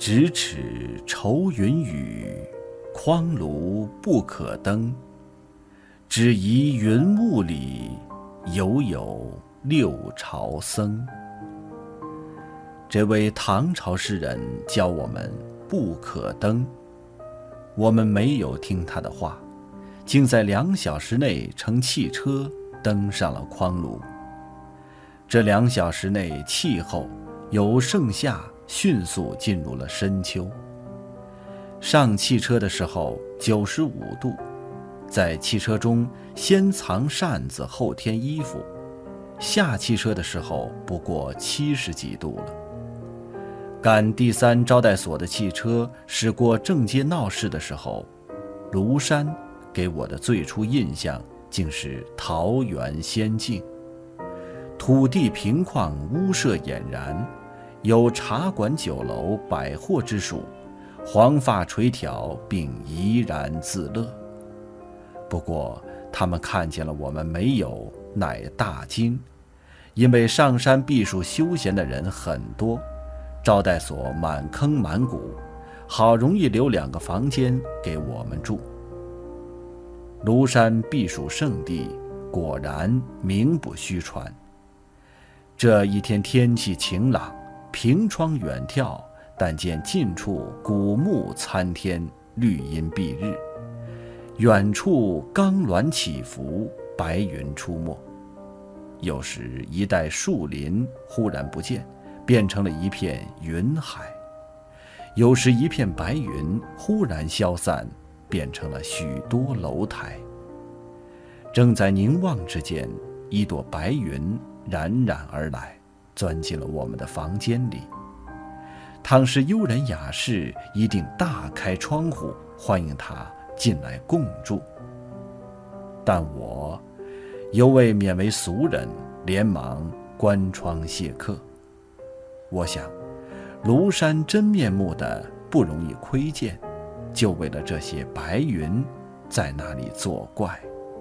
咫尺愁云雨，匡庐不可登。只疑云雾里，犹有六朝僧。这位唐朝诗人教我们不可登，我们没有听他的话，竟在2小时内乘汽车登上了匡庐。这2小时内，气候由盛夏迅速进入了深秋。上汽车的时候95度，在汽车中先藏扇子后添衣服，下汽车的时候不过70几度了。赶第3招待所的汽车驶过正街闹市的时候，庐山给我的最初印象竟是桃源仙境。土地平旷，屋舍俨然，有茶馆酒楼百货之属，黄发垂髫并怡然自乐。不过他们看见了我们没有，乃大惊，因为上山避暑休闲的人很多，招待所满坑满谷，好容易留2个房间给我们住。庐山避暑胜地，果然名不虚传。这一天天气晴朗，凭窗远眺，但见近处古木参天，绿荫蔽日，远处冈峦起伏，白云出没。有时一带树林忽然不见，变成了一片云海；有时一片白云忽然消散，变成了许多楼台。正在凝望之间，一朵白云冉冉而来，钻进了我们的房间里。倘是悠人雅士，一定大开窗户，欢迎他进来共住。但我犹未免为俗人，连忙关窗谢客。我想，庐山真面目的不容易窥见，就为了这些白云在那里作怪。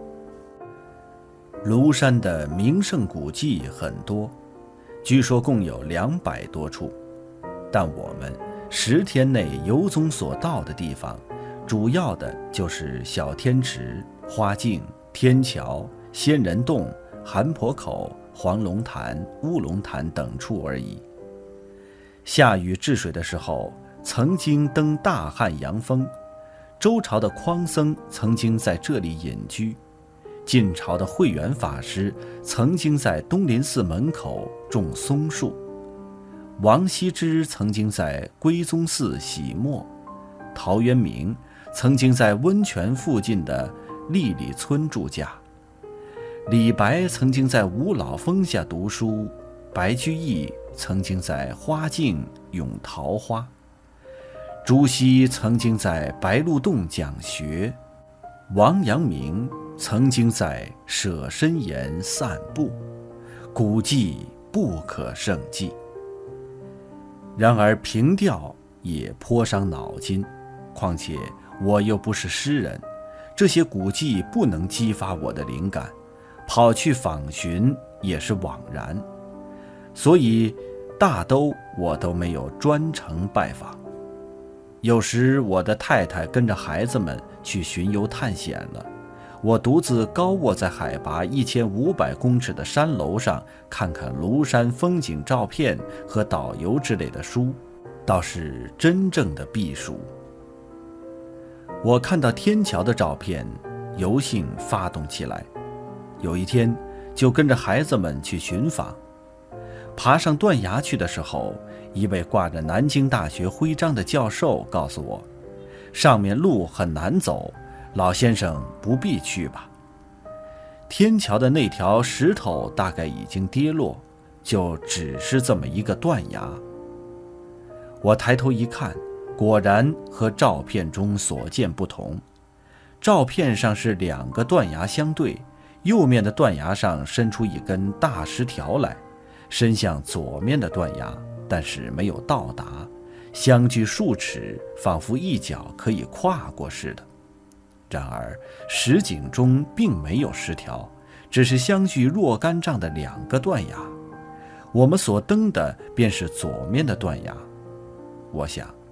庐山的名胜古迹很多，据说共有200多处，但我们10天内游踪所到的地方，主要的就是小天池、花径、天桥、仙人洞、韩坡口、黄龙潭、乌龙潭等处而已。下雨治水的时候，曾经登大汉阳峰，周朝的匡僧曾经在这里隐居，晋朝的慧远法师曾经在东林寺门口种松树，王羲之曾经在归宗寺洗墨，陶渊明曾经在温泉附近的历里村住家，李白曾经在五老峰下读书，白居易曾经在花径咏桃花，朱熹曾经在白鹿洞讲学，王阳明曾经在舍身岩散步，古迹不可胜计。然而凭吊也颇伤脑筋，况且我又不是诗人，这些古迹不能激发我的灵感，跑去访寻也是枉然，所以大都我都没有专程拜访。有时我的太太跟着孩子们去巡游探险了，我独自高卧在海拔1500公尺的山楼上，看看庐山风景照片和导游之类的书，倒是真正的避暑。我看到天桥的照片，由兴发动起来，有一天就跟着孩子们去寻访。爬上断崖去的时候，一位挂着南京大学徽章的教授告诉我，上面路很难走，老先生不必去吧。天桥的那条石头大概已经跌落，就只是这么一个断崖。我抬头一看，果然和照片中所见不同。照片上是2个断崖相对，右面的断崖上伸出一根大石条来，伸向左面的断崖，但是没有到达，相距数尺，仿佛一脚可以跨过似的。然而实景中并没有石条，只是相距若干丈的2个断崖。我们所登的便是左面的断崖。我想，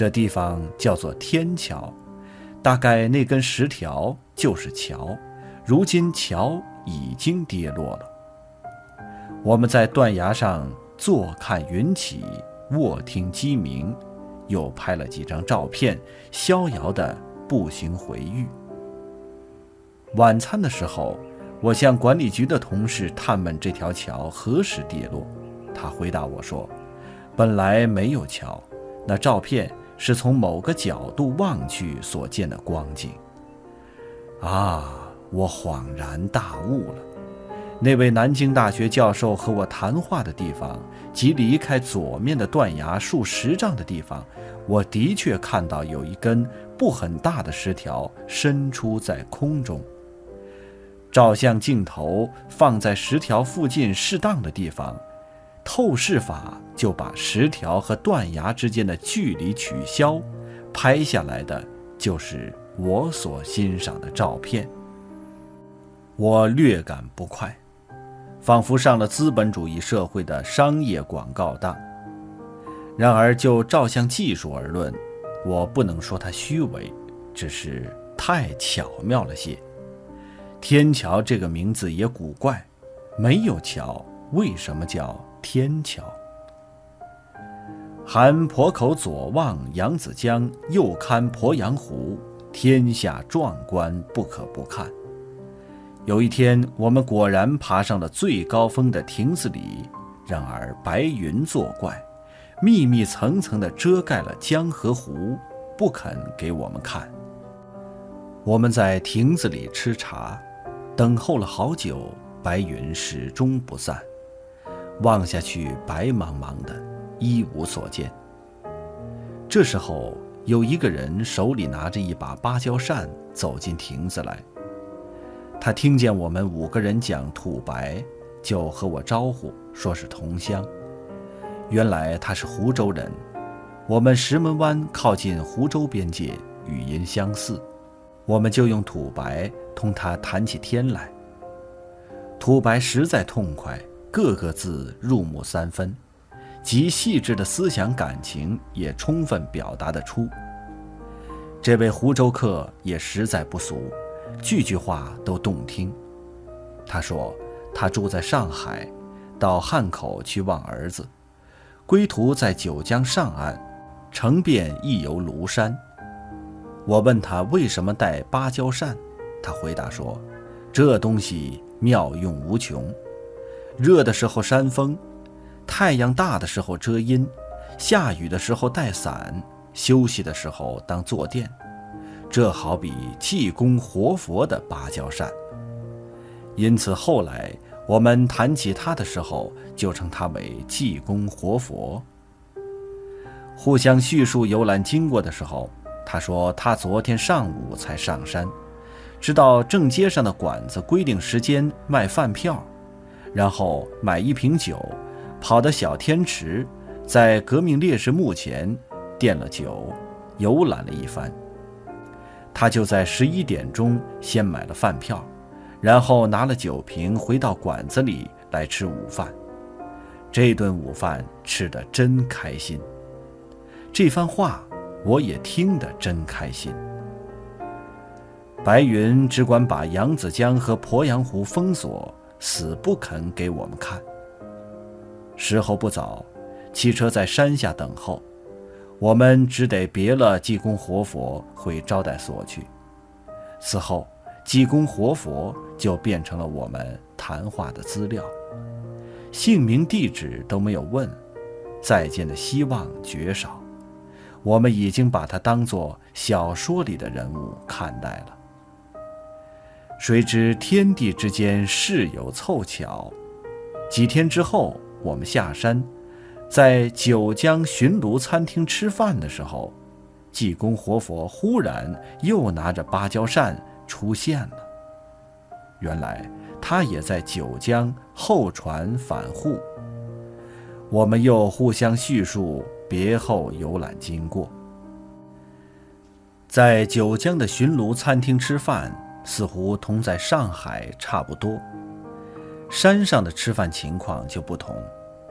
这地方叫做天桥，大概那根石条就是桥，如今桥已经跌落了。我们在断崖上坐看云起，卧听鸡鸣，又拍了几张照片，逍遥地步行回狱。晚餐的时候，我向管理局的同事探问这条桥何时跌落，他回答我说，本来没有桥，那照片是从某个角度望去所见的光景。我恍然大悟了。那位南京大学教授和我谈话的地方，即离开左面的断崖数10丈的地方，我的确看到有一根不很大的石条伸出在空中。照相镜头放在石条附近适当的地方，透视法就把石条和断崖之间的距离取消，拍下来的就是我所欣赏的照片。我略感不快，仿佛上了资本主义社会的商业广告当。然而就照相技术而论，我不能说它虚伪，只是太巧妙了些。天桥这个名字也古怪，没有桥，为什么叫天桥？含鄱口左望扬子江，右看鄱阳湖，天下壮观不可不看。有一天，我们果然爬上了最高峰的亭子里，然而白云作怪，密密层层地遮盖了江和湖，不肯给我们看。我们在亭子里吃茶，等候了好久，白云始终不散，望下去白茫茫的，一无所见。这时候，有一个人手里拿着一把芭蕉扇走进亭子来。他听见我们5个人讲土白，就和我招呼，说是同乡。原来他是湖州人，我们石门湾靠近湖州边界，语音相似，我们就用土白同他谈起天来。土白实在痛快，个个字入木3分，极细致的思想感情也充分表达得出。这位湖州客也实在不俗，句句话都动听。他说他住在上海，到汉口去望儿子，归途在九江上岸，乘便一游庐山。我问他为什么带芭蕉扇，他回答说，这东西妙用无穷，热的时候扇风，太阳大的时候遮阴，下雨的时候带伞，休息的时候当坐垫，这好比济公活佛的芭蕉扇。因此后来我们谈起他的时候，就称他为济公活佛。互相叙述游览经过的时候，他说他昨天上午才上山，知道正街上的馆子规定时间卖饭票，然后买1瓶酒，跑到小天池，在革命烈士墓前垫了酒，游览了一番。他就在11点钟先买了饭票，然后拿了酒瓶回到馆子里来吃午饭。这顿午饭吃得真开心，这番话我也听得真开心。白云只管把扬子江和鄱阳湖封锁，死不肯给我们看。时候不早，汽车在山下等候，我们只得别了济公活佛回招待所去。此后济公活佛就变成了我们谈话的资料，姓名地址都没有问，再见的希望绝少。我们已经把他当作小说里的人物看待了。谁知天地之间事有凑巧，几天之后我们下山，在九江寻庐餐厅吃饭的时候，济公活佛忽然又拿着芭蕉扇出现了。原来他也在九江候船返沪。我们又互相叙述别后游览经过。在九江的寻庐餐厅吃饭，似乎同在上海差不多。山上的吃饭情况就不同。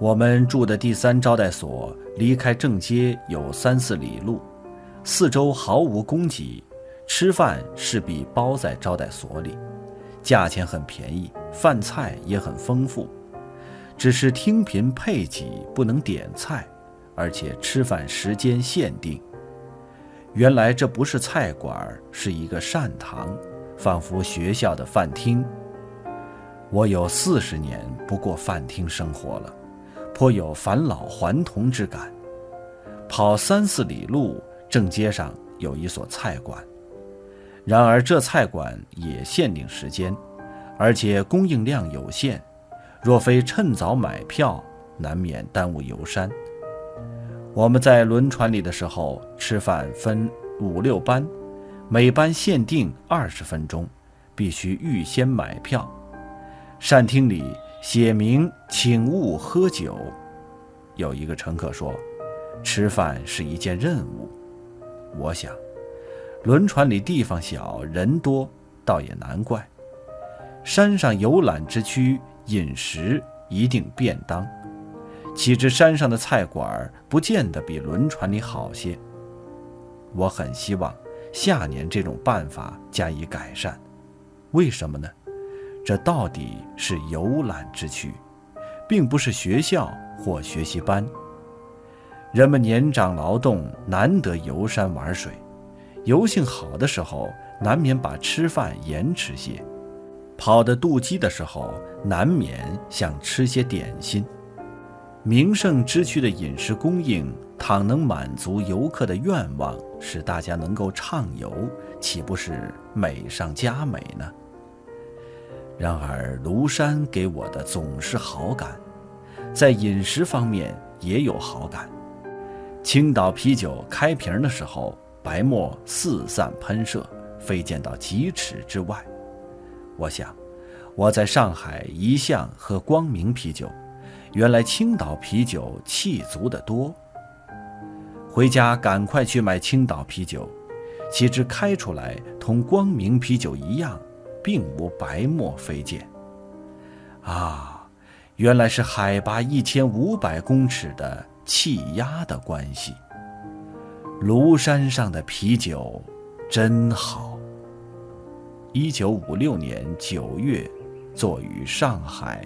我们住的第3招待所离开正街有3-4里路，四周毫无供给，吃饭势必包在招待所里，价钱很便宜，饭菜也很丰富，只是听凭配给不能点菜，而且吃饭时间限定。原来这不是菜馆，是一个膳堂，仿佛学校的饭厅。我有40年不过饭厅生活了，颇有返老还童之感。跑3-4里路，正街上有一所菜馆，然而这菜馆也限定时间，而且供应量有限，若非趁早买票，难免耽误游山。我们在轮船里的时候，吃饭分5-6班，每班限定20分钟，必须预先买票。膳厅里写明请勿喝酒。有一个乘客说，吃饭是一件任务。我想，轮船里地方小，人多，倒也难怪。山上游览之区，饮食一定便当。岂知山上的菜馆不见得比轮船里好些。我很希望下年这种办法加以改善。为什么呢？这到底是游览之区，并不是学校或学习班。人们年长劳动，难得游山玩水，游性好的时候，难免把吃饭延迟些，跑得肚饥的时候，难免想吃些点心。名胜之区的饮食供应，倘能满足游客的愿望，使大家能够畅游，岂不是美上加美呢？然而庐山给我的总是好感，在饮食方面也有好感。青岛啤酒开瓶的时候，白沫四散喷射，飞溅到几尺之外。我想，我在上海一向喝光明啤酒，原来青岛啤酒气足得多。回家赶快去买青岛啤酒，岂知开出来同光明啤酒一样，并无白沫飞溅。啊，原来是海拔1500公尺的气压的关系。庐山上的啤酒真好。1956年9月，作于上海。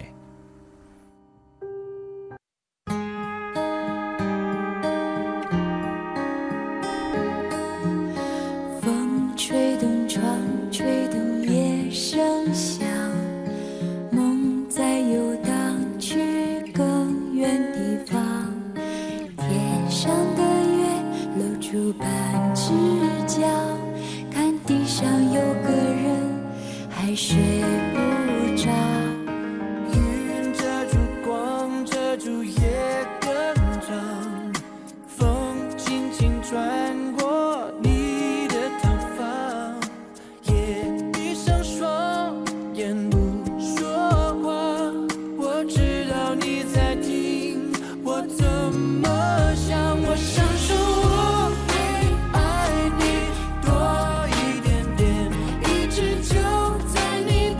风吹动窗，吹动夜声响，梦在游荡去更远地方。天上的月露出半只脚，看地上有个人还睡不着。 云遮住光，遮住夜更长，风轻轻穿过你的头发，夜闭上双眼不说话，我知道你在听我怎么想。我想说我会爱你多一点点，一直就在你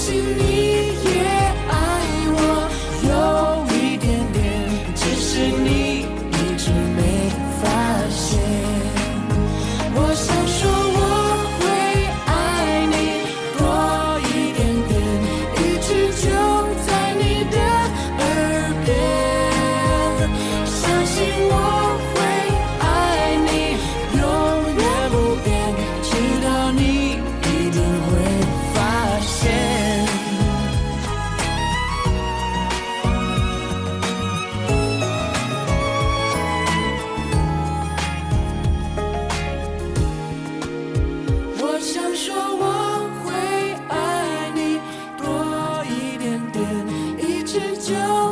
信你也爱我，有一点点，只是你一直没发现。我想说我会爱你多一点点，一直就在你的耳边，相信我会爱你永远不变，直到你一定会发现。我想说我会爱你多一点点，一直就